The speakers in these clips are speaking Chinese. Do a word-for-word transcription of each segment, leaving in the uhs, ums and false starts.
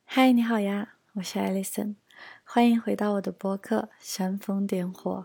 嗨，你好呀，我是 Alison， 欢迎回到我的播客煽风点火。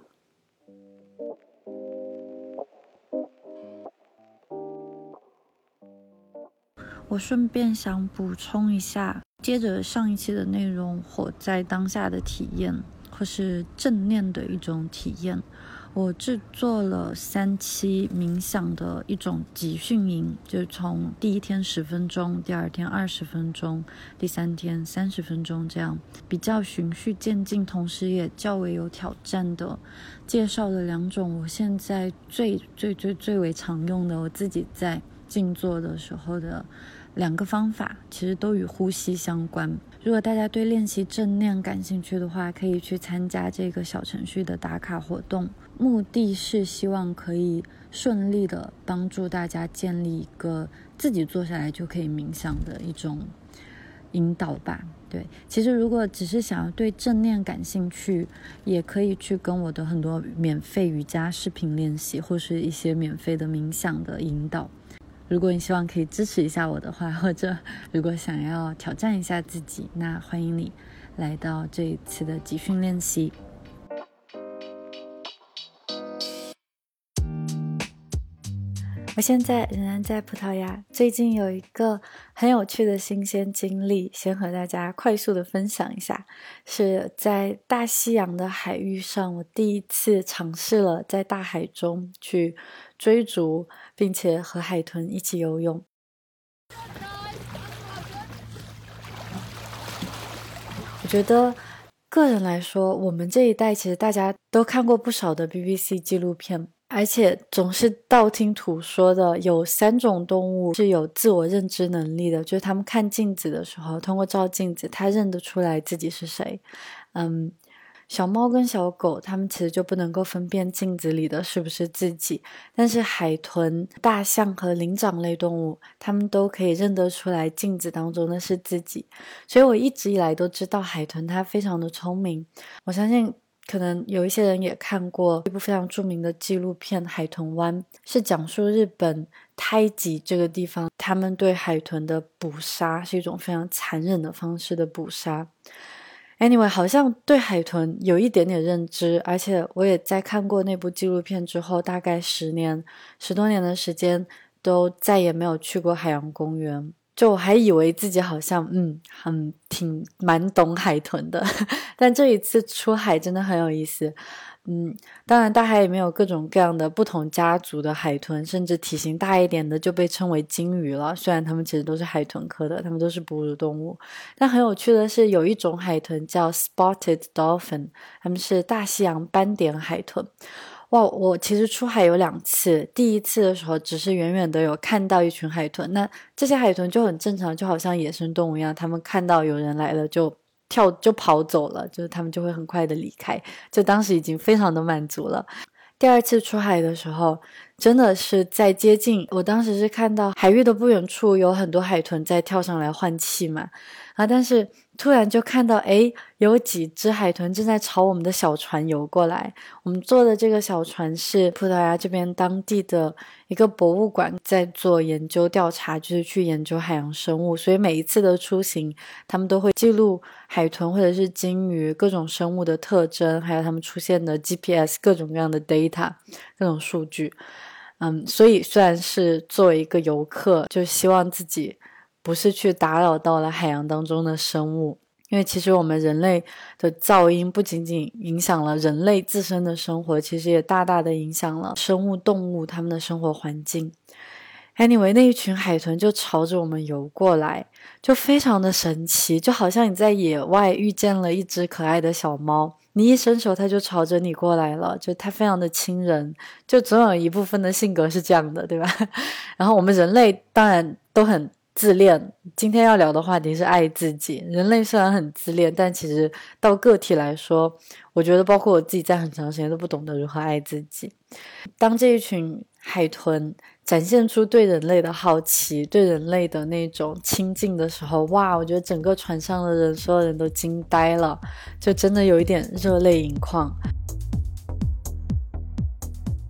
我顺便想补充一下，接着上一期的内容，活在当下的体验，或是正念的一种体验。我制作了三期冥想的一种集训营，就是从第一天十分钟，第二天二十分钟，第三天三十分钟，这样比较循序渐进，同时也较为有挑战的介绍了两种我现在最最最最为常用的，我自己在静坐的时候的两个方法，其实都与呼吸相关。如果大家对练习正念感兴趣的话，可以去参加这个小程序的打卡活动，目的是希望可以顺利的帮助大家建立一个自己坐下来就可以冥想的一种引导吧。对，其实如果只是想要对正念感兴趣，也可以去跟我的很多免费瑜伽视频练习，或是一些免费的冥想的引导。如果你希望可以支持一下我的话，或者如果想要挑战一下自己，那欢迎你来到这一次的集训练习。我现在仍然在葡萄牙，最近有一个很有趣的新鲜经历，先和大家快速的分享一下。是在大西洋的海域上，我第一次尝试了在大海中去追逐，并且和海豚一起游泳。我觉得个人来说，我们这一代其实大家都看过不少的 B B C 纪录片，而且总是道听途说的有三种动物是有自我认知能力的，就是他们看镜子的时候，通过照镜子他认得出来自己是谁。嗯，小猫跟小狗它们其实就不能够分辨镜子里的是不是自己，但是海豚、大象和灵长类动物它们都可以认得出来镜子当中的是自己。所以我一直以来都知道海豚它非常的聪明。我相信可能有一些人也看过一部非常著名的纪录片《海豚湾》，是讲述日本胎吉这个地方他们对海豚的捕杀，是一种非常残忍的方式的捕杀。Anyway， 好像对海豚有一点点认知，而且我也在看过那部纪录片之后，大概十年、十多年的时间，都再也没有去过海洋公园。就我还以为自己好像嗯很挺蛮懂海豚的，但这一次出海真的很有意思。嗯，当然大海里面有各种各样的不同家族的海豚，甚至体型大一点的就被称为鲸鱼了，虽然它们其实都是海豚科的，它们都是哺乳动物。但很有趣的是，有一种海豚叫 Spotted Dolphin， 它们是大西洋斑点海豚。哇，我其实出海有两次，第一次的时候只是远远的有看到一群海豚，那这些海豚就很正常，就好像野生动物一样，他们看到有人来了就跳就跑走了，就是他们就会很快的离开，就当时已经非常的满足了。第二次出海的时候，真的是在接近，我当时是看到海域的不远处有很多海豚在跳上来换气嘛，啊，但是突然就看到诶有几只海豚正在朝我们的小船游过来。我们坐的这个小船是葡萄牙这边当地的一个博物馆在做研究调查，就是去研究海洋生物，所以每一次的出行他们都会记录海豚或者是鲸鱼各种生物的特征，还有他们出现的 G P S 各种各样的 data 各种数据。嗯，所以虽然是作为一个游客，就希望自己不是去打扰到了海洋当中的生物，因为其实我们人类的噪音不仅仅影响了人类自身的生活，其实也大大的影响了生物动物它们的生活环境。Anyway， 那一群海豚就朝着我们游过来，就非常的神奇，就好像你在野外遇见了一只可爱的小猫，你一伸手它就朝着你过来了，就它非常的亲人，就总有一部分的性格是这样的，对吧？然后我们人类当然都很自恋，今天要聊的话题是爱自己。人类虽然很自恋，但其实到个体来说，我觉得包括我自己在很长时间都不懂得如何爱自己。当这一群海豚展现出对人类的好奇，对人类的那种亲近的时候，哇，我觉得整个船上的人所有人都惊呆了，就真的有一点热泪盈眶。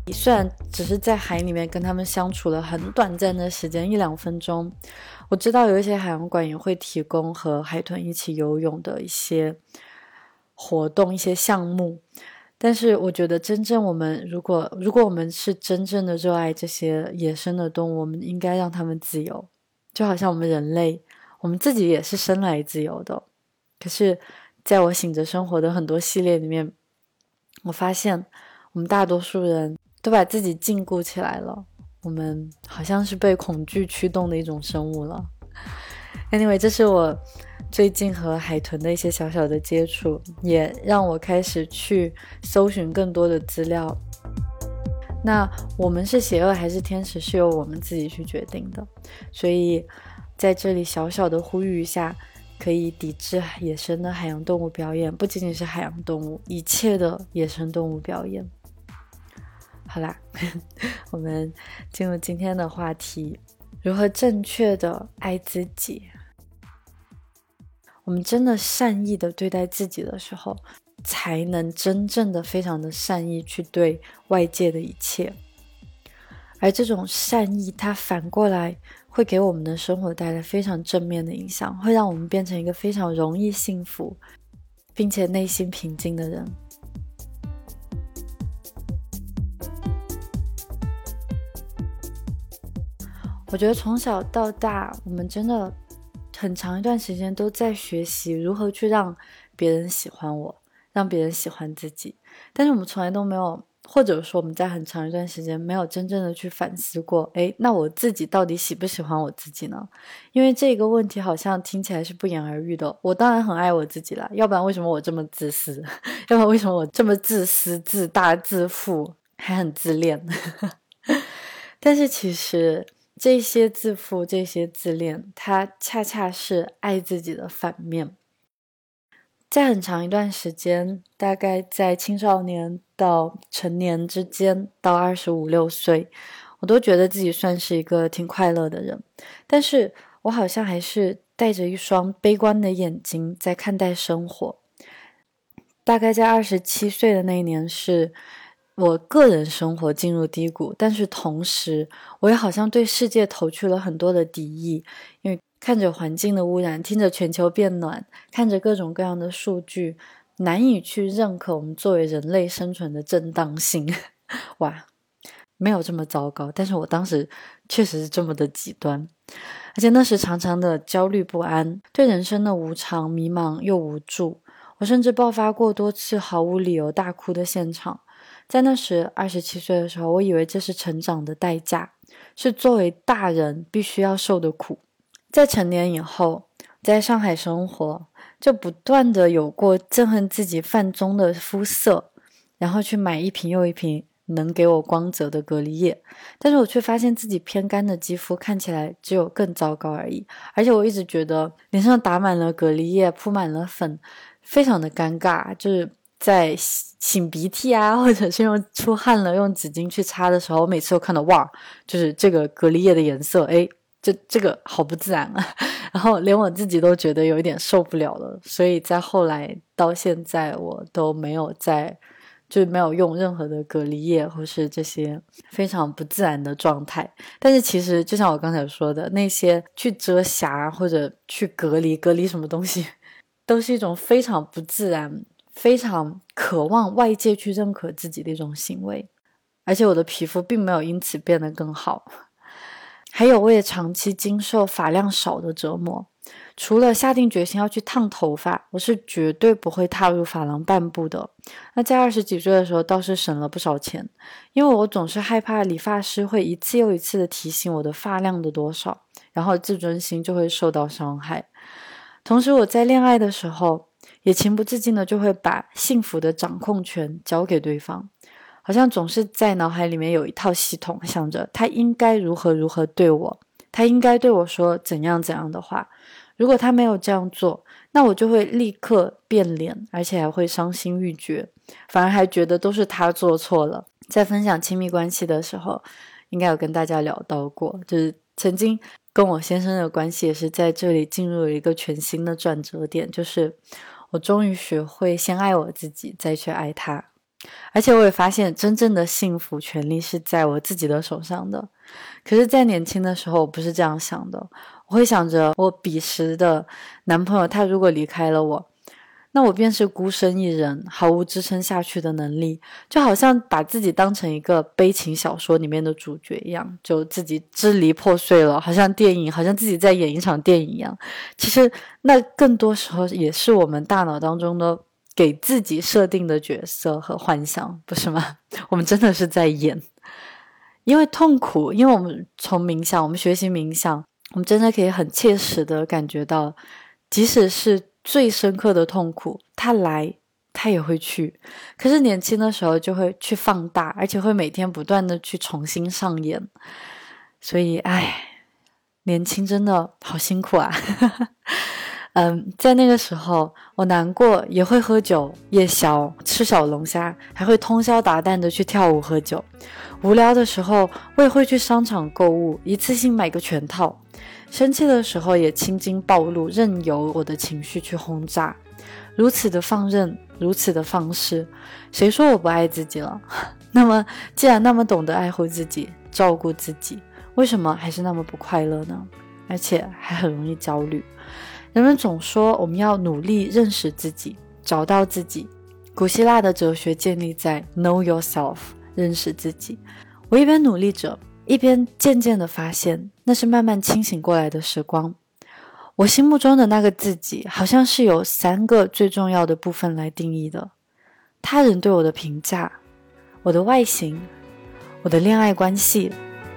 虽然只是在海里面跟他们相处了很短暂的时间，一两分钟，我知道有一些海洋馆也会提供和海豚一起游泳的一些活动，一些项目，但是我觉得真正我们如果如果我们是真正的热爱这些野生的动物，我们应该让它们自由，就好像我们人类，我们自己也是生来自由的。可是在我醒着生活的很多系列里面，我发现我们大多数人都把自己禁锢起来了，我们好像是被恐惧驱动的一种生物了。 Anyway， 这是我最近和海豚的一些小小的接触，也让我开始去搜寻更多的资料。那我们是邪恶还是天使，是由我们自己去决定的，所以在这里小小的呼吁一下，可以抵制野生的海洋动物表演，不仅仅是海洋动物，一切的野生动物表演。好啦我们进入今天的话题，如何正确的爱自己。我们真的善意的对待自己的时候，才能真正的非常的善意去对外界的一切，而这种善意它反过来会给我们的生活带来非常正面的影响，会让我们变成一个非常容易幸福并且内心平静的人。我觉得从小到大，我们真的很长一段时间都在学习如何去让别人喜欢我，让别人喜欢自己，但是我们从来都没有，或者说我们在很长一段时间没有真正的去反思过，诶，那我自己到底喜不喜欢我自己呢？因为这个问题好像听起来是不言而喻的，我当然很爱我自己啦，要不然为什么我这么自私？要不然为什么我这么自私、自大、自负，还很自恋？但是其实这些自负，这些自恋，它恰恰是爱自己的反面。在很长一段时间，大概在青少年到成年之间，到二十五六岁，我都觉得自己算是一个挺快乐的人，但是我好像还是带着一双悲观的眼睛在看待生活。大概在二十七岁的那一年，是我个人生活进入低谷，但是同时我也好像对世界投去了很多的敌意，因为看着环境的污染，听着全球变暖，看着各种各样的数据，难以去认可我们作为人类生存的正当性。哇，没有这么糟糕，但是我当时确实是这么的极端，而且那时常常的焦虑不安，对人生的无常迷茫又无助，我甚至爆发过多次毫无理由大哭的现场。在那时二十七岁的时候，我以为这是成长的代价，是作为大人必须要受的苦。在成年以后，在上海生活，就不断的有过憎恨自己泛棕的肤色，然后去买一瓶又一瓶能给我光泽的隔离液，但是我却发现自己偏干的肌肤看起来只有更糟糕而已。而且我一直觉得脸上打满了隔离液，铺满了粉，非常的尴尬，就是在擤鼻涕啊，或者是用出汗了用纸巾去擦的时候，我每次都看到哇，就是这个隔离液的颜色，诶，这这个好不自然啊，然后连我自己都觉得有一点受不了了。所以在后来到现在，我都没有再就没有用任何的隔离液或是这些非常不自然的状态。但是其实就像我刚才说的，那些去遮瑕或者去隔离隔离什么东西，都是一种非常不自然，非常渴望外界去认可自己的一种行为。而且我的皮肤并没有因此变得更好。还有我也长期经受发量少的折磨，除了下定决心要去烫头发，我是绝对不会踏入发廊半步的。那在二十几岁的时候倒是省了不少钱，因为我总是害怕理发师会一次又一次的提醒我的发量的多少，然后自尊心就会受到伤害。同时我在恋爱的时候也情不自禁的就会把幸福的掌控权交给对方，好像总是在脑海里面有一套系统，想着他应该如何如何对我，他应该对我说怎样怎样的话，如果他没有这样做，那我就会立刻变脸，而且还会伤心欲绝，反而还觉得都是他做错了。在分享亲密关系的时候应该有跟大家聊到过，就是曾经跟我先生的关系也是在这里进入了一个全新的转折点，就是我终于学会先爱我自己再去爱他。 而且我也发现真正的幸福权利是在我自己的手上的。可是在年轻的时候我不是这样想的，我会想着我彼时的男朋友他如果离开了我，那我便是孤身一人，毫无支撑下去的能力，就好像把自己当成一个悲情小说里面的主角一样，就自己支离破碎了，好像电影，好像自己在演一场电影一样。其实那更多时候也是我们大脑当中的给自己设定的角色和幻想，不是吗？我们真的是在演。因为痛苦，因为我们从冥想，我们学习冥想，我们真的可以很切实的感觉到，即使是最深刻的痛苦，它来它也会去，可是年轻的时候就会去放大，而且会每天不断的去重新上演。所以唉，年轻真的好辛苦啊。嗯，在那个时候我难过也会喝酒夜宵吃小龙虾，还会通宵达旦的去跳舞喝酒。无聊的时候我也会去商场购物，一次性买个全套。生气的时候也青筋暴露，任由我的情绪去轰炸。如此的放任，如此的放肆，谁说我不爱自己了？那么既然那么懂得爱护自己照顾自己，为什么还是那么不快乐呢？而且还很容易焦虑。人们总说我们要努力认识自己，找到自己。古希腊的哲学建立在 know yourself， 认识自己。我一边努力着，一边渐渐地发现，那是慢慢清醒过来的时光。我心目中的那个自己，好像是由三个最重要的部分来定义的：他人对我的评价，我的外形，我的恋爱关系。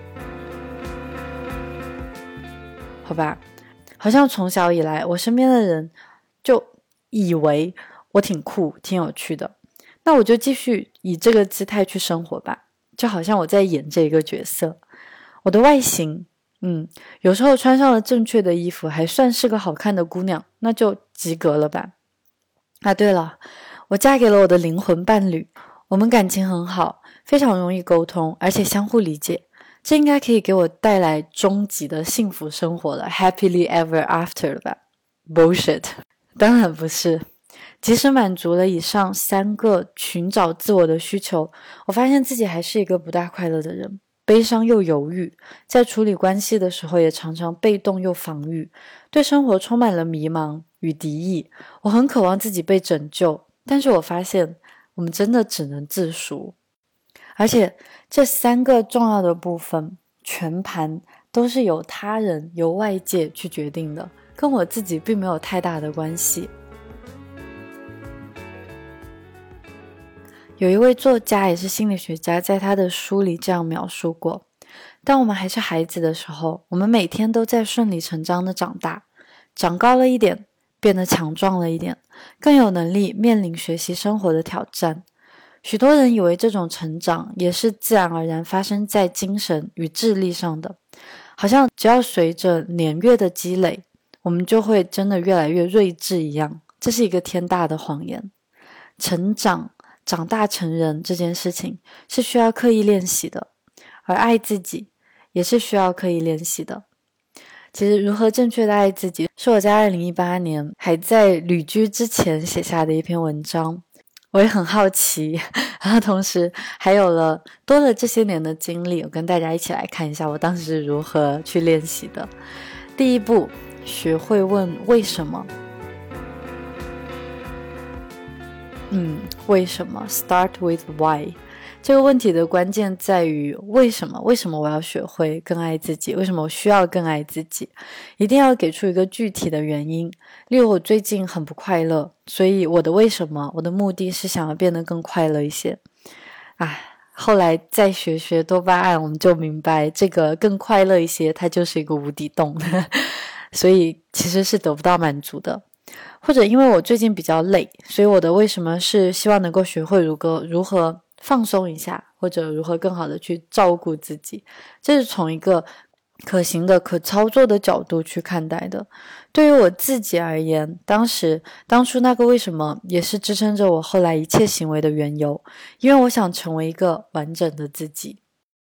好吧，好像从小以来，我身边的人就以为我挺酷挺有趣的，那我就继续以这个姿态去生活吧，就好像我在演这个角色。我的外形，嗯，有时候穿上了正确的衣服还算是个好看的姑娘，那就及格了吧。啊对了，我嫁给了我的灵魂伴侣，我们感情很好，非常容易沟通，而且相互理解，这应该可以给我带来终极的幸福生活了， happily ever after 了吧。 Bullshit， 当然不是。即使满足了以上三个寻找自我的需求，我发现自己还是一个不大快乐的人，悲伤又犹豫，在处理关系的时候也常常被动又防御，对生活充满了迷茫与敌意。我很渴望自己被拯救，但是我发现我们真的只能自赎。而且这三个重要的部分全盘都是由他人由外界去决定的，跟我自己并没有太大的关系。有一位作家也是心理学家，在他的书里这样描述过：当我们还是孩子的时候，我们每天都在顺理成章的长大，长高了一点，变得强壮了一点，更有能力面临学习生活的挑战。许多人以为这种成长也是自然而然发生在精神与智力上的，好像只要随着年月的积累，我们就会真的越来越睿智一样。这是一个天大的谎言。成长长大成人这件事情是需要刻意练习的，而爱自己也是需要刻意练习的。其实如何正确的爱自己是我在二零一八年还在旅居之前写下的一篇文章，我也很好奇，然后同时还有了多了这些年的经历，我跟大家一起来看一下我当时是如何去练习的。第一步，学会问为什么。嗯，为什么 Start with why。 这个问题的关键在于为什么为什么我要学会更爱自己，为什么我需要更爱自己，一定要给出一个具体的原因。例如我最近很不快乐，所以我的为什么我的目的是想要变得更快乐一些。唉，后来再学学多巴胺，我们就明白这个更快乐一些它就是一个无底洞所以其实是得不到满足的。或者因为我最近比较累，所以我的为什么是希望能够学会如何如何放松一下，或者如何更好的去照顾自己。这是从一个可行的可操作的角度去看待的。对于我自己而言，当时当初那个为什么也是支撑着我后来一切行为的缘由，因为我想成为一个完整的自己。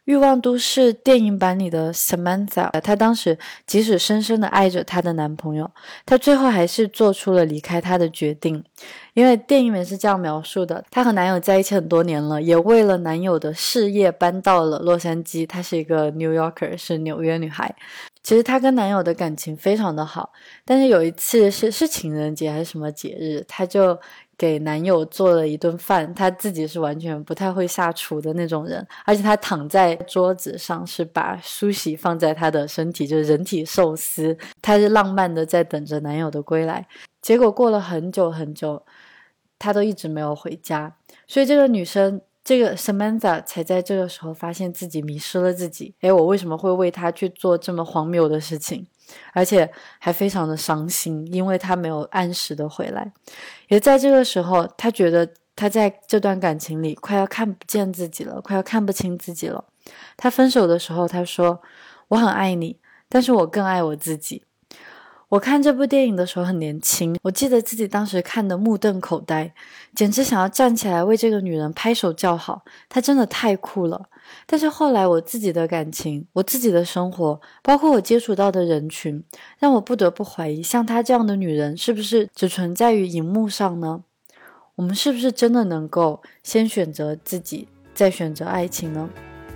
欲望都市电影版里的 Samantha， 她当时即使深深的爱着她的男朋友，她最后还是做出了离开他的决定。因为电影里面是这样描述的，她和男友在一起很多年了，也为了男友的事业搬到了洛杉矶，她是一个 New Yorker， 是纽约女孩。其实她跟男友的感情非常的好，但是有一次是是情人节还是什么节日，她就给男友做了一顿饭，她自己是完全不太会下厨的那种人，而且她躺在桌子上是把苏洗放在她的身体，就是人体寿司，她是浪漫的在等着男友的归来。结果过了很久很久，她都一直没有回家，所以这个女生这个 Samantha 才在这个时候发现自己迷失了自己。诶，我为什么会为她去做这么荒谬的事情，而且还非常的伤心，因为她没有按时的回来。也在这个时候，她觉得她在这段感情里快要看不见自己了，快要看不清自己了。她分手的时候她说，我很爱你，但是我更爱我自己。我看这部电影的时候很年轻，我记得自己当时看得目瞪口呆，简直想要站起来为这个女人拍手叫好，她真的太酷了。但是后来我自己的感情，我自己的生活，包括我接触到的人群，让我不得不怀疑，像她这样的女人是不是只存在于荧幕上呢？我们是不是真的能够先选择自己，再选择爱情呢？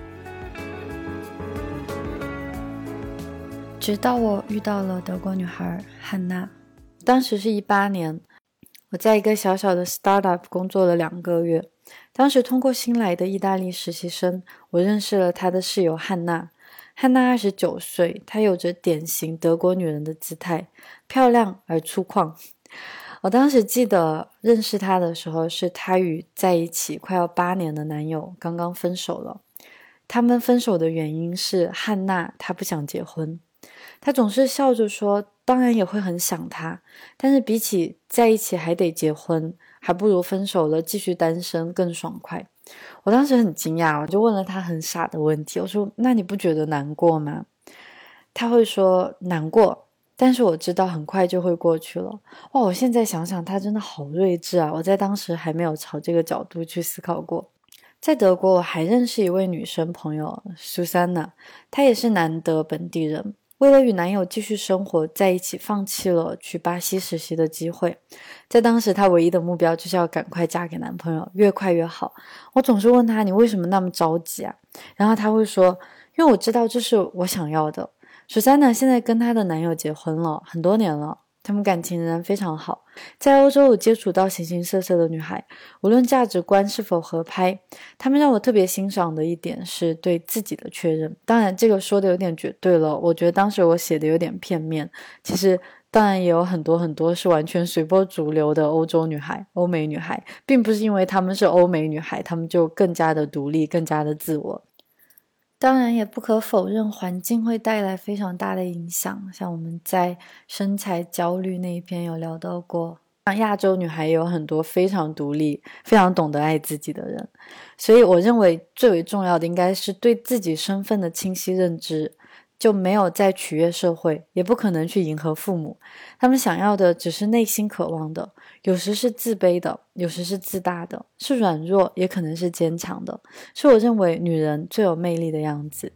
直到我遇到了德国女孩汉娜，当时是一八年，我在一个小小的 startup 工作了两个月。当时通过新来的意大利实习生，我认识了她的室友汉娜。汉娜二十九岁，她有着典型德国女人的姿态，漂亮而粗犷。我当时记得认识她的时候，是她与在一起快要八年的男友刚刚分手了。他们分手的原因是汉娜她不想结婚。他总是笑着说，当然也会很想他，但是比起在一起还得结婚，还不如分手了继续单身更爽快。我当时很惊讶，我就问了他很傻的问题，我说那你不觉得难过吗？他会说难过，但是我知道很快就会过去了。哇，我现在想想他真的好睿智啊，我在当时还没有朝这个角度去思考过。在德国我还认识一位女生朋友 Susanna， 她也是南德本地人，为了与男友继续生活在一起，放弃了去巴西实习的机会。在当时她唯一的目标就是要赶快嫁给男朋友，越快越好。我总是问她，你为什么那么着急啊？然后她会说，因为我知道这是我想要的。Susanna现在跟她的男友结婚了很多年了，他们感情仍然非常好。在欧洲我接触到形形色色的女孩，无论价值观是否合拍，她们让我特别欣赏的一点是对自己的确认。当然这个说的有点绝对了，我觉得当时我写的有点片面，其实当然也有很多很多是完全随波逐流的欧洲女孩、欧美女孩，并不是因为她们是欧美女孩她们就更加的独立，更加的自我。当然也不可否认环境会带来非常大的影响，像我们在身材焦虑那一篇有聊到过，像亚洲女孩也有很多非常独立非常懂得爱自己的人。所以我认为最为重要的应该是对自己身份的清晰认知，就没有在取悦社会，也不可能去迎合父母，他们想要的只是内心渴望的，有时是自卑的，有时是自大的，是软弱也可能是坚强的，是我认为女人最有魅力的样子。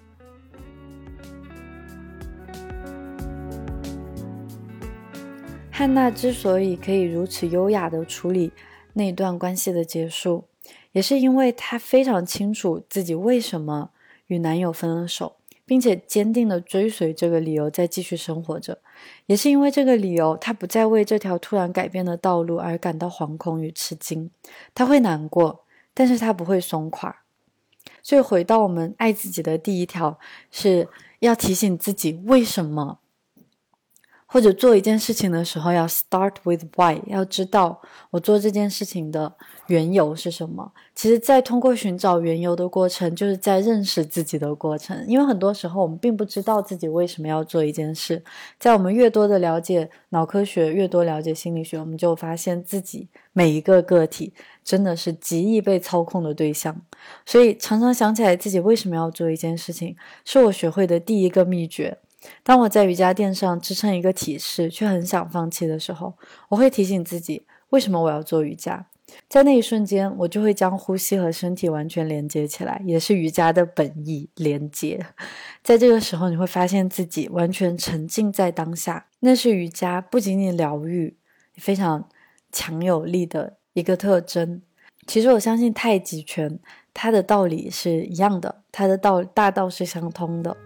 汉娜之所以可以如此优雅地处理那段关系的结束，也是因为她非常清楚自己为什么与男友分了手，并且坚定地追随这个理由再继续生活着。也是因为这个理由，她不再为这条突然改变的道路而感到惶恐与吃惊。她会难过，但是她不会松垮。所以回到我们爱自己的第一条，是要提醒自己为什么，或者做一件事情的时候要 start with why， 要知道我做这件事情的缘由是什么。其实在通过寻找缘由的过程，就是在认识自己的过程。因为很多时候我们并不知道自己为什么要做一件事，在我们越多的了解脑科学，越多了解心理学，我们就发现自己每一个个体真的是极易被操控的对象。所以常常想起来自己为什么要做一件事情，是我学会的第一个秘诀。当我在瑜伽垫上支撑一个体式却很想放弃的时候，我会提醒自己为什么我要做瑜伽。 在那一瞬间，我就会将呼吸和身体完全连接起来，也是瑜伽的本意，连接。在这个时候，你会发现自己完全沉浸在当下，那是瑜伽不仅仅疗愈，非常强有力的一个特征。其实我相信太极拳，它的道理是一样的，它的道大道是相通的。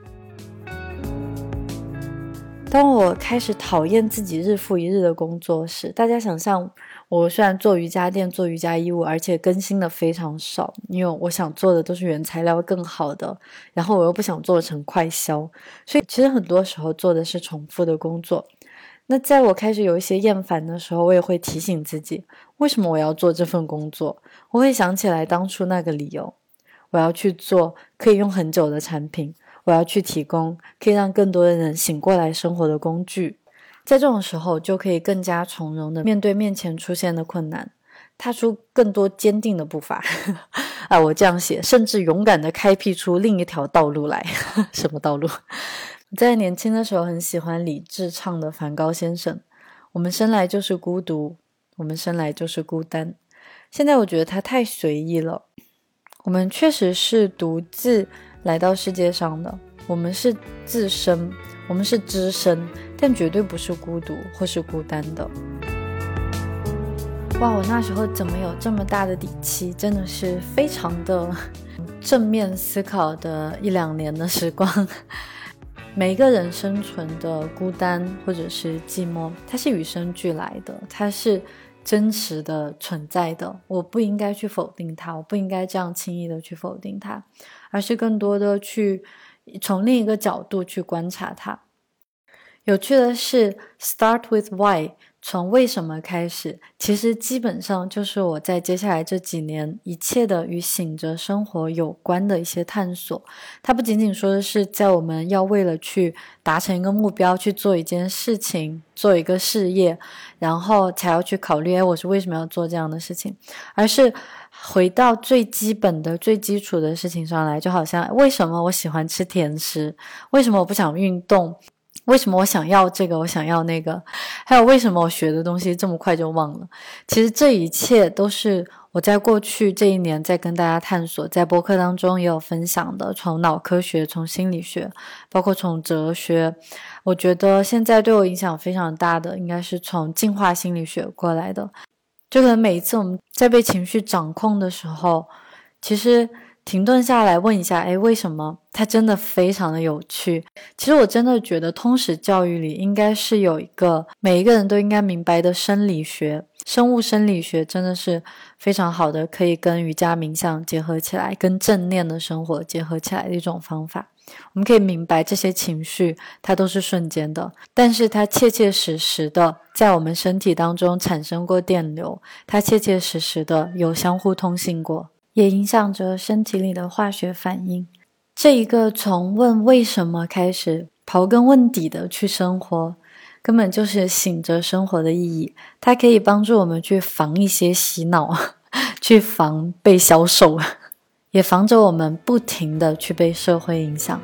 当我开始讨厌自己日复一日的工作时，大家想象我虽然做瑜伽垫做瑜伽衣物，而且更新的非常少，因为我想做的都是原材料更好的，然后我又不想做成快销，所以其实很多时候做的是重复的工作。那在我开始有一些厌烦的时候，我也会提醒自己，为什么我要做这份工作？我会想起来当初那个理由，我要去做可以用很久的产品，我要去提供可以让更多的人醒过来生活的工具。在这种时候就可以更加从容的面对面前出现的困难，踏出更多坚定的步伐啊，我这样写，甚至勇敢的开辟出另一条道路来什么道路？在年轻的时候很喜欢李志唱的梵高先生，我们生来就是孤独，我们生来就是孤单。现在我觉得他太随意了，我们确实是独自来到世界上的，我们是自身，我们是只身，但绝对不是孤独或是孤单的。哇，我那时候怎么有这么大的底气，真的是非常的正面思考的一两年的时光。每一个人生存的孤单或者是寂寞，它是与生俱来的，它是真实的存在的，我不应该去否定它，我不应该这样轻易的去否定它，而是更多的去从另一个角度去观察它。有趣的是 start with why， 从为什么开始，其实基本上就是我在接下来这几年一切的与醒着生活有关的一些探索。它不仅仅说的是在我们要为了去达成一个目标，去做一件事情，做一个事业，然后才要去考虑，哎，我是为什么要做这样的事情，而是回到最基本的最基础的事情上来，就好像为什么我喜欢吃甜食，为什么我不想运动，为什么我想要这个我想要那个，还有为什么我学的东西这么快就忘了。其实这一切都是我在过去这一年在跟大家探索，在播客当中也有分享的，从脑科学，从心理学，包括从哲学。我觉得现在对我影响非常大的应该是从进化心理学过来的。就可能每一次我们在被情绪掌控的时候，其实停顿下来问一下，诶，为什么？它真的非常的有趣。其实我真的觉得通识教育里应该是有一个每一个人都应该明白的生理学，生物生理学真的是非常好的，可以跟瑜伽冥想结合起来，跟正念的生活结合起来的一种方法。我们可以明白这些情绪它都是瞬间的，但是它切切实实的在我们身体当中产生过电流，它切切实实的有相互通信过，也影响着身体里的化学反应。这一个从问为什么开始刨根问底的去生活，根本就是醒着生活的意义。它可以帮助我们去防一些洗脑，去防被销售，也防着我们不停的去被社会影响。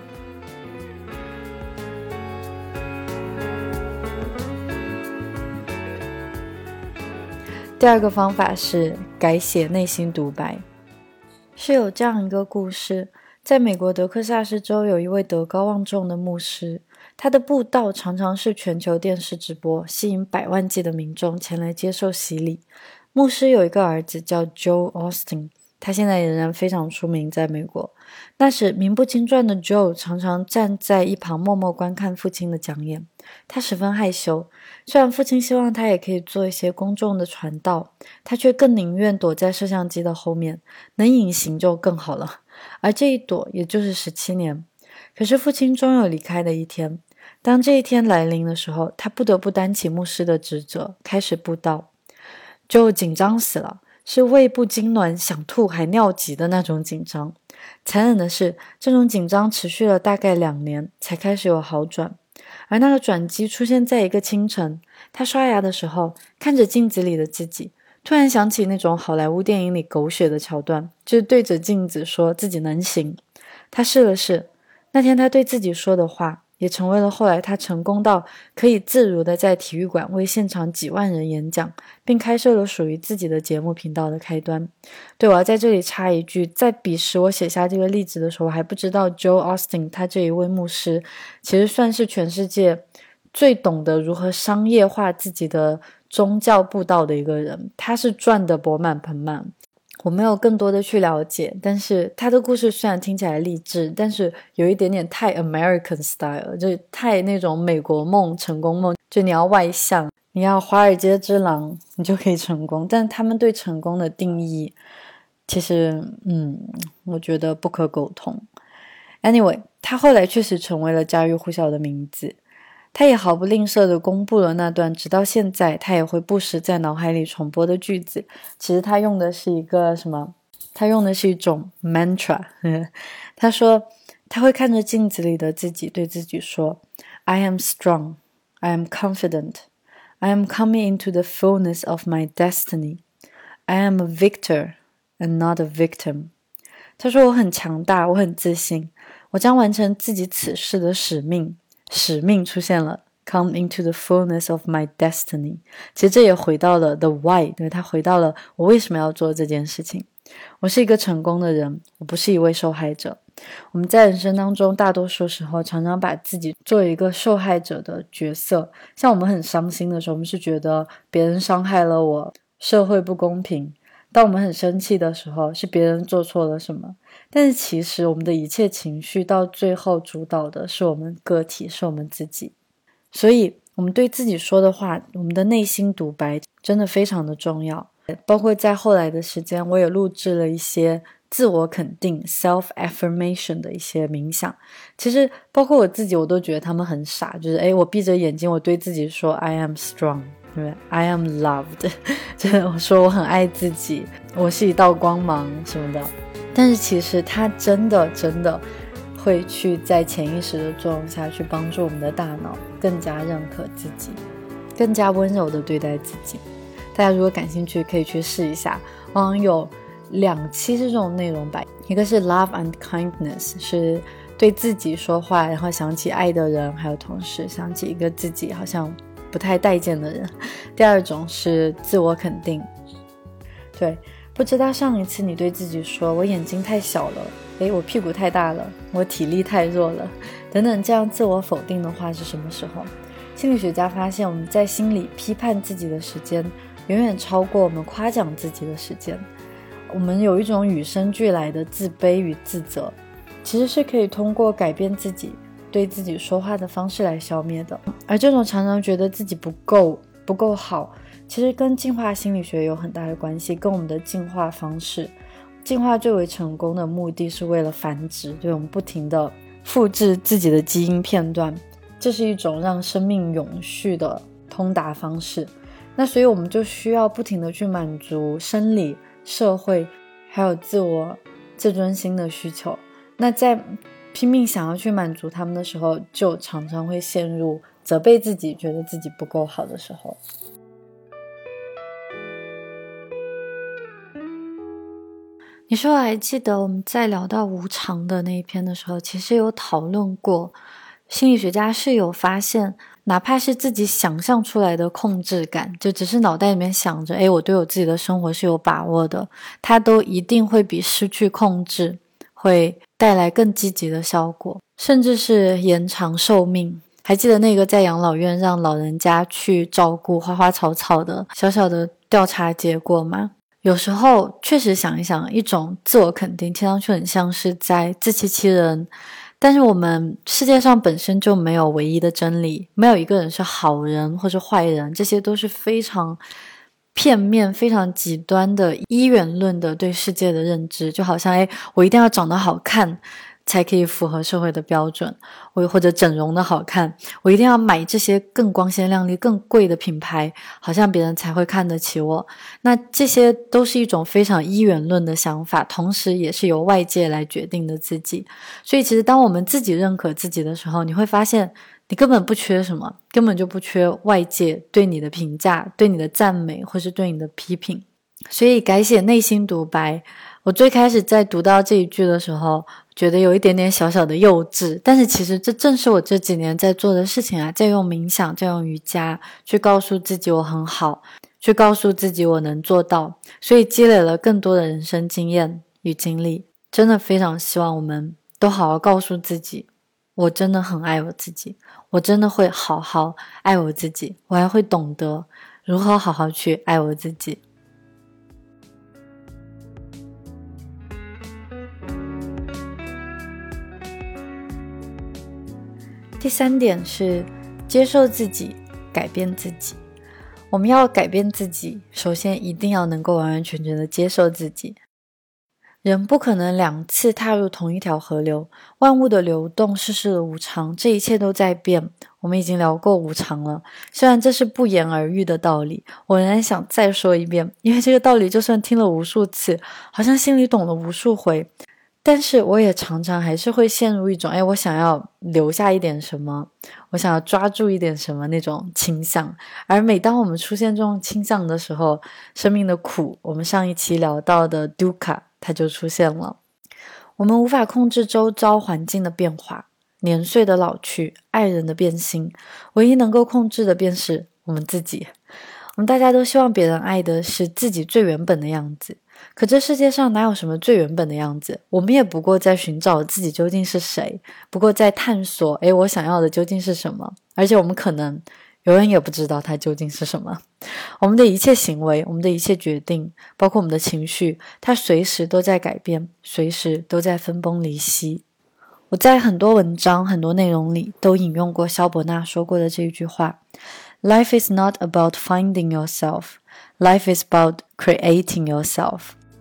第二个方法是改写内心独白。是有这样一个故事，在美国德克萨斯州有一位德高望重的牧师，他的布道常常是全球电视直播，吸引百万计的民众前来接受洗礼。牧师有一个儿子叫 Joe Austin， 他现在仍然非常出名在美国。那时名不经传的 Joe 常常站在一旁默默观看父亲的讲演，他十分害羞，虽然父亲希望他也可以做一些公众的传道，他却更宁愿躲在摄像机的后面，能隐形就更好了。而这一躲也就是十七年。可是父亲终有离开的一天，当这一天来临的时候，他不得不担起牧师的职责，开始布道。就紧张死了，是胃部痉挛想吐还尿急的那种紧张。残忍的是，这种紧张持续了大概两年才开始有好转。而那个转机出现在一个清晨，他刷牙的时候看着镜子里的自己，突然想起那种好莱坞电影里狗血的桥段，就是对着镜子说自己能行。他试了试，那天他对自己说的话也成为了后来他成功到可以自如的在体育馆为现场几万人演讲，并开设了属于自己的节目频道的开端。对，我要在这里插一句，在彼时我写下这个例子的时候，我还不知道 Joel Osteen 他这一位牧师其实算是全世界最懂得如何商业化自己的宗教布道的一个人，他是赚得钵满盆满。我没有更多的去了解，但是他的故事虽然听起来励志，但是有一点点太 American style， 就太那种美国梦成功梦，就你要外向，你要华尔街之狼你就可以成功，但他们对成功的定义其实嗯，我觉得不可苟同。 Anyway， 他后来确实成为了家喻户晓的名字，他也毫不吝啬地公布了那段直到现在他也会不时在脑海里重播的句子。其实他用的是一个什么？他用的是一种 mantra 他说他会看着镜子里的自己对自己说 I am strong, I am confident, I am coming into the fullness of my destiny, I am a victor and not a victim。 他说我很强大，我很自信，我将完成自己此世的使命。使命出现了 Come into the fullness of my destiny， 其实这也回到了 the why， 对，他回到了我为什么要做这件事情。我是一个成功的人，我不是一位受害者。我们在人生当中大多数时候常常把自己做一个受害者的角色，像我们很伤心的时候，我们是觉得别人伤害了我，社会不公平。当我们很生气的时候，是别人做错了什么，但是其实我们的一切情绪到最后主导的是我们个体，是我们自己。所以我们对自己说的话，我们的内心独白真的非常的重要。包括在后来的时间，我也录制了一些自我肯定 self affirmation 的一些冥想。其实包括我自己，我都觉得他们很傻，就是诶，我闭着眼睛，我对自己说 I am strong， 对 I am loved， 就是我说我很爱自己，我是一道光芒什么的。但是其实它真的真的会去在潜意识的作用下去帮助我们的大脑更加认可自己，更加温柔的对待自己。大家如果感兴趣可以去试一下，往往有两期是这种内容吧，一个是 Love and Kindness， 是对自己说话，然后想起爱的人还有同时想起一个自己好像不太待见的人。第二种是自我肯定，对，不知道上一次你对自己说我眼睛太小了，诶，我屁股太大了，我体力太弱了等等这样自我否定的话是什么时候？心理学家发现我们在心里批判自己的时间远远超过我们夸奖自己的时间。我们有一种与生俱来的自卑与自责，其实是可以通过改变自己对自己说话的方式来消灭的。而这种常常觉得自己不够不够好，其实跟进化心理学有很大的关系，跟我们的进化方式。进化最为成功的目的是为了繁殖，对，我们不停的复制自己的基因片段，这是一种让生命永续的通达方式。那所以我们就需要不停的去满足生理、社会还有自我自尊心的需求。那在拼命想要去满足他们的时候，就常常会陷入责备自己，觉得自己不够好的时候。你说我还记得我们在聊到无常的那一篇的时候，其实有讨论过，心理学家是有发现，哪怕是自己想象出来的控制感，就只是脑袋里面想着诶，我对我自己的生活是有把握的，它都一定会比失去控制会带来更积极的效果，甚至是延长寿命。还记得那个在养老院让老人家去照顾花花草草的小小的调查结果吗？有时候确实想一想，一种自我肯定听上去很像是在自欺欺人，但是我们世界上本身就没有唯一的真理，没有一个人是好人或是坏人，这些都是非常片面非常极端的一元论的对世界的认知。就好像诶，我一定要长得好看才可以符合社会的标准，我或者整容的好看，我一定要买这些更光鲜亮丽更贵的品牌，好像别人才会看得起我。那这些都是一种非常一元论的想法，同时也是由外界来决定的自己。所以其实当我们自己认可自己的时候，你会发现你根本不缺什么，根本就不缺外界对你的评价，对你的赞美或是对你的批评。 所以改写内心独白，我最开始在读到这一句的时候，觉得有一点点小小的幼稚，但是其实这正是我这几年在做的事情啊，在用冥想，在用瑜伽去告诉自己我很好，去告诉自己我能做到，所以积累了更多的人生经验与经历。真的非常希望我们都好好告诉自己，我真的很爱我自己，我真的会好好爱我自己，我还会懂得如何好好去爱我自己。第三点是接受自己，改变自己。我们要改变自己，首先一定要能够完完全全的接受自己。人不可能两次踏入同一条河流，万物的流动，世事的无常，这一切都在变。我们已经聊过无常了，虽然这是不言而喻的道理，我仍然想再说一遍，因为这个道理就算听了无数次，好像心里懂了无数回，但是我也常常还是会陷入一种，哎，我想要留下一点什么，我想要抓住一点什么那种倾向。而每当我们出现这种倾向的时候，生命的苦，我们上一期聊到的 dukkha 它就出现了。我们无法控制周遭环境的变化，年岁的老去，爱人的变心，唯一能够控制的便是我们自己。我们大家都希望别人爱的是自己最原本的样子，可这世界上哪有什么最原本的样子？我们也不过在寻找自己究竟是谁，不过在探索，诶，我想要的究竟是什么？而且我们可能永远也不知道它究竟是什么。我们的一切行为，我们的一切决定，包括我们的情绪，它随时都在改变，随时都在分崩离析。我在很多文章很多内容里都引用过萧伯纳说过的这一句话， Life is not about finding yourself, life is about creating yourself。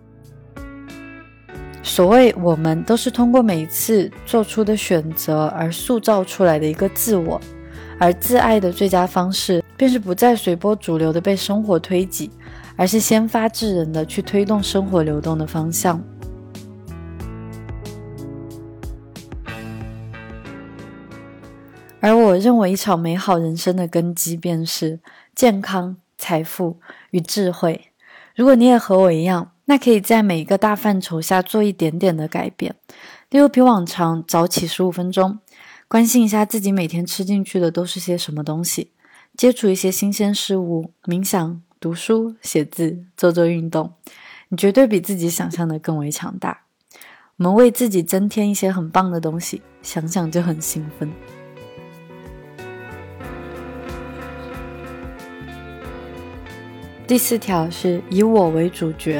所谓我们都是通过每一次做出的选择而塑造出来的一个自我，而自爱的最佳方式便是不再随波逐流的被生活推挤，而是先发制人的去推动生活流动的方向。而我认为一场美好人生的根基便是健康、财富与智慧。如果你也和我一样，那可以在每一个大范畴下做一点点的改变，例如比往常早起十五分钟，关心一下自己每天吃进去的都是些什么东西，接触一些新鲜事物，冥想、读书、写字、做做运动，你绝对比自己想象的更为强大。我们为自己增添一些很棒的东西，想想就很兴奋。第四条是以我为主角。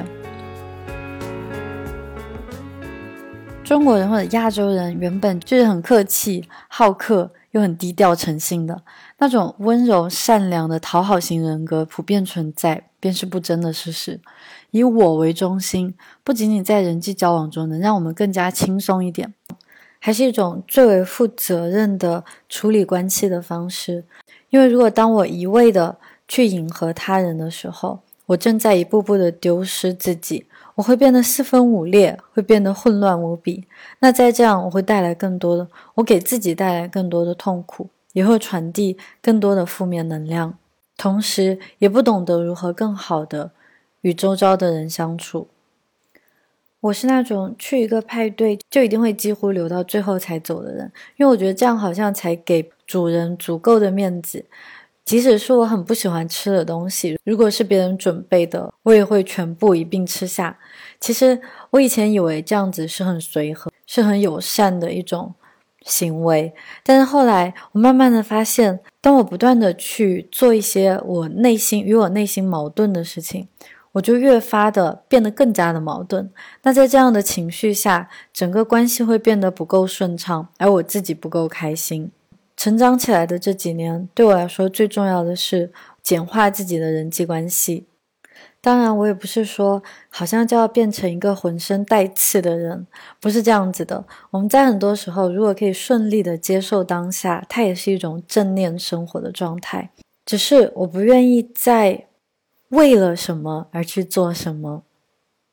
中国人或者亚洲人原本就是很客气、好客又很低调诚信的，那种温柔善良的讨好型人格普遍存在，便是不争的事实。以我为中心，不仅仅在人际交往中能让我们更加轻松一点，还是一种最为负责任的处理关系的方式。因为如果当我一味的去迎合他人的时候，我正在一步步的丢失自己，我会变得四分五裂，会变得混乱无比。那再这样，我会带来更多的，我给自己带来更多的痛苦，也会传递更多的负面能量，同时也不懂得如何更好的与周遭的人相处。我是那种去一个派对就一定会几乎留到最后才走的人，因为我觉得这样好像才给主人足够的面子。即使是我很不喜欢吃的东西，如果是别人准备的，我也会全部一并吃下。其实我以前以为这样子是很随和，是很友善的一种行为，但是后来我慢慢的发现，当我不断的去做一些我内心与我内心矛盾的事情，我就越发的变得更加的矛盾。那在这样的情绪下，整个关系会变得不够顺畅，而我自己不够开心。成长起来的这几年，对我来说最重要的是简化自己的人际关系。当然我也不是说好像就要变成一个浑身带刺的人，不是这样子的。我们在很多时候如果可以顺利的接受当下，它也是一种正念生活的状态。只是我不愿意再为了什么而去做什么。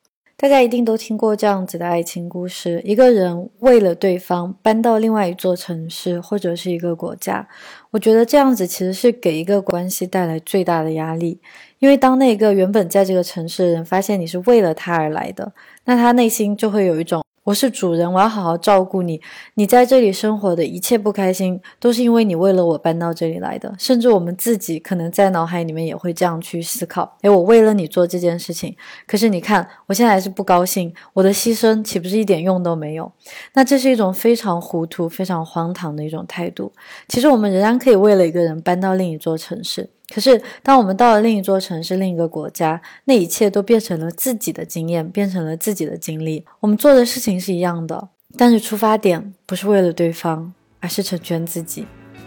大家一定都听过这样子的爱情故事，一个人为了对方搬到另外一座城市或者是一个国家。我觉得这样子其实是给一个关系带来最大的压力，因为当那个原本在这个城市的人发现你是为了他而来的，那他内心就会有一种我是主人，我要好好照顾你，你在这里生活的一切不开心都是因为你为了我搬到这里来的。甚至我们自己可能在脑海里面也会这样去思考，诶，我为了你做这件事情，可是你看我现在还是不高兴，我的牺牲岂不是一点用都没有？那这是一种非常糊涂非常荒唐的一种态度。其实我们仍然可以为了一个人搬到另一座城市，可是当我们到了另一座城市另一个国家，那一切都变成了自己的经验，变成了自己的经历，我们做的事情是一样的，但是出发点不是为了对方，而是成全自己。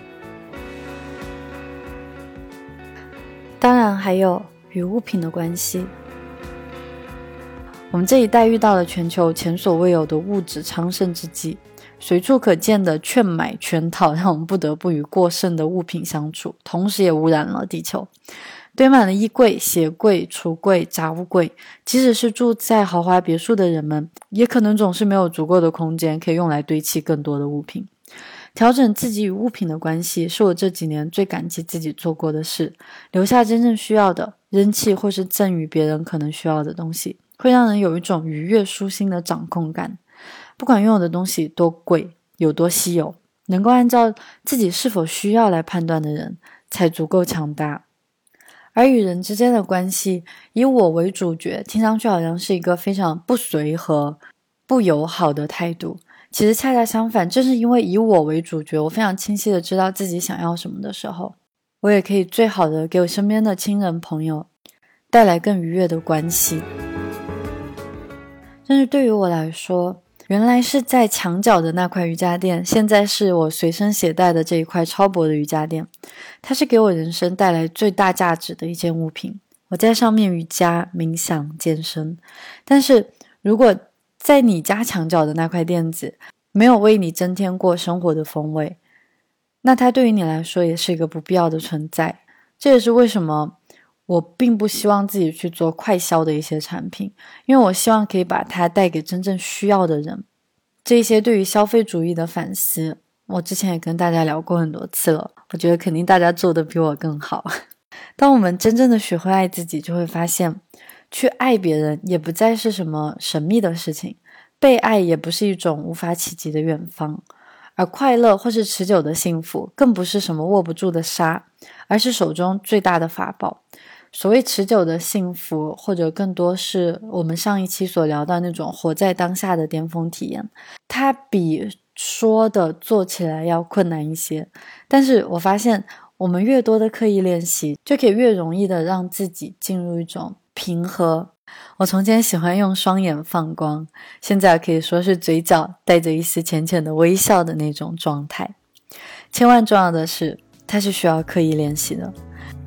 当然还有与物品的关系，我们这一代遇到了全球前所未有的物质昌盛之际，随处可见的劝买圈套让我们不得不与过剩的物品相处，同时也污染了地球。堆满了衣柜、鞋柜、橱柜、杂物柜，即使是住在豪华别墅的人们，也可能总是没有足够的空间可以用来堆砌更多的物品。调整自己与物品的关系是我这几年最感激自己做过的事，留下真正需要的，扔弃或是赠予别人可能需要的东西，会让人有一种愉悦舒心的掌控感。不管拥有的东西多贵，有多稀有，能够按照自己是否需要来判断的人才足够强大。而与人之间的关系以我为主角，听上去好像是一个非常不随和不友好的态度，其实恰恰相反，正是因为以我为主角，我非常清晰的知道自己想要什么的时候，我也可以最好的给我身边的亲人朋友带来更愉悦的关系。但是对于我来说，原来是在墙角的那块瑜伽垫，现在是我随身携带的这一块超薄的瑜伽垫，它是给我人生带来最大价值的一件物品。我在上面瑜伽、冥想、健身。但是如果在你家墙角的那块垫子没有为你增添过生活的风味，那它对于你来说也是一个不必要的存在。这也是为什么我并不希望自己去做快销的一些产品，因为我希望可以把它带给真正需要的人。这些对于消费主义的反思，我之前也跟大家聊过很多次了，我觉得肯定大家做的比我更好。当我们真正的学会爱自己，就会发现去爱别人也不再是什么神秘的事情，被爱也不是一种无法企及的远方，而快乐或是持久的幸福更不是什么握不住的沙，而是手中最大的法宝。所谓持久的幸福，或者更多是我们上一期所聊到那种活在当下的巅峰体验，它比说的做起来要困难一些。但是我发现我们越多的刻意练习，就可以越容易的让自己进入一种平和。我从前喜欢用双眼放光，现在可以说是嘴角带着一丝浅浅的微笑的那种状态。千万重要的是，它是需要刻意练习的。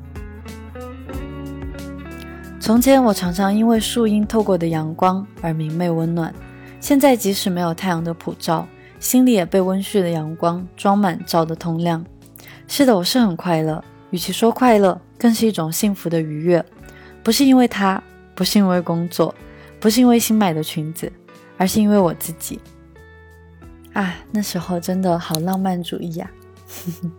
从前我常常因为树荫透过的阳光而明媚温暖，现在即使没有太阳的普照，心里也被温煦的阳光装满，照得通亮。是的，我是很快乐，与其说快乐，更是一种幸福的愉悦。不是因为他，不是因为工作，不是因为新买的裙子，而是因为我自己。啊，那时候真的好浪漫主义呀、啊！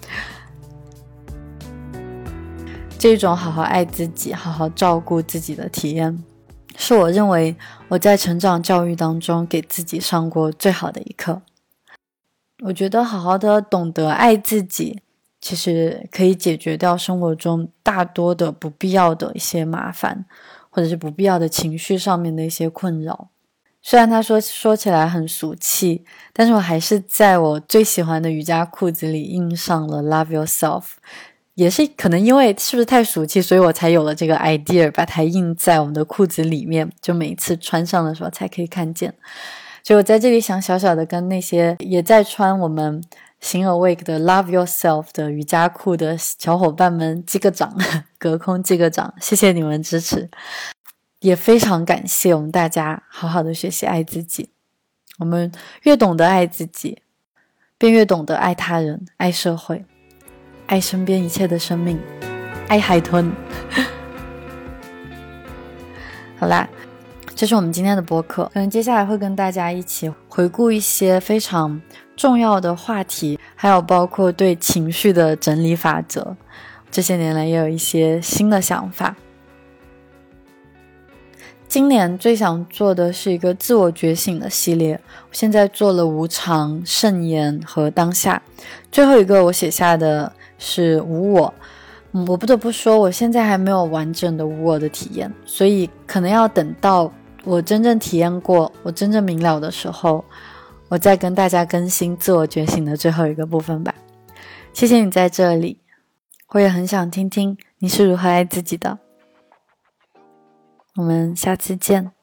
这种好好爱自己、好好照顾自己的体验，是我认为我在成长教育当中给自己上过最好的一课。我觉得好好的懂得爱自己，其实可以解决掉生活中大多的不必要的一些麻烦，或者是不必要的情绪上面的一些困扰。虽然他说说起来很俗气，但是我还是在我最喜欢的瑜伽裤子里印上了 Love Yourself， 也是可能因为是不是太俗气，所以我才有了这个 idea， 把它印在我们的裤子里面，就每一次穿上的时候才可以看见。所以我在这里想小小的跟那些也在穿我们行 Awake 的 Love Yourself 的瑜伽裤的小伙伴们击个掌，隔空击个掌，谢谢你们支持，也非常感谢我们大家好好的学习爱自己。我们越懂得爱自己，便越懂得爱他人、爱社会、爱身边一切的生命，爱海豚。好啦， 这是我们今天的播客，可能接下来会跟大家一起回顾一些非常重要的话题，还有包括对情绪的整理法则，这些年来也有一些新的想法。今年最想做的是一个自我觉醒的系列，我现在做了无常、圣言和当下，最后一个我写下的是无我。嗯，我不得不说我现在还没有完整的无我的体验，所以可能要等到我真正体验过，我真正明了的时候，我再跟大家更新自我觉醒的最后一个部分吧。谢谢你在这里，我也很想听听你是如何爱自己的。我们下次见。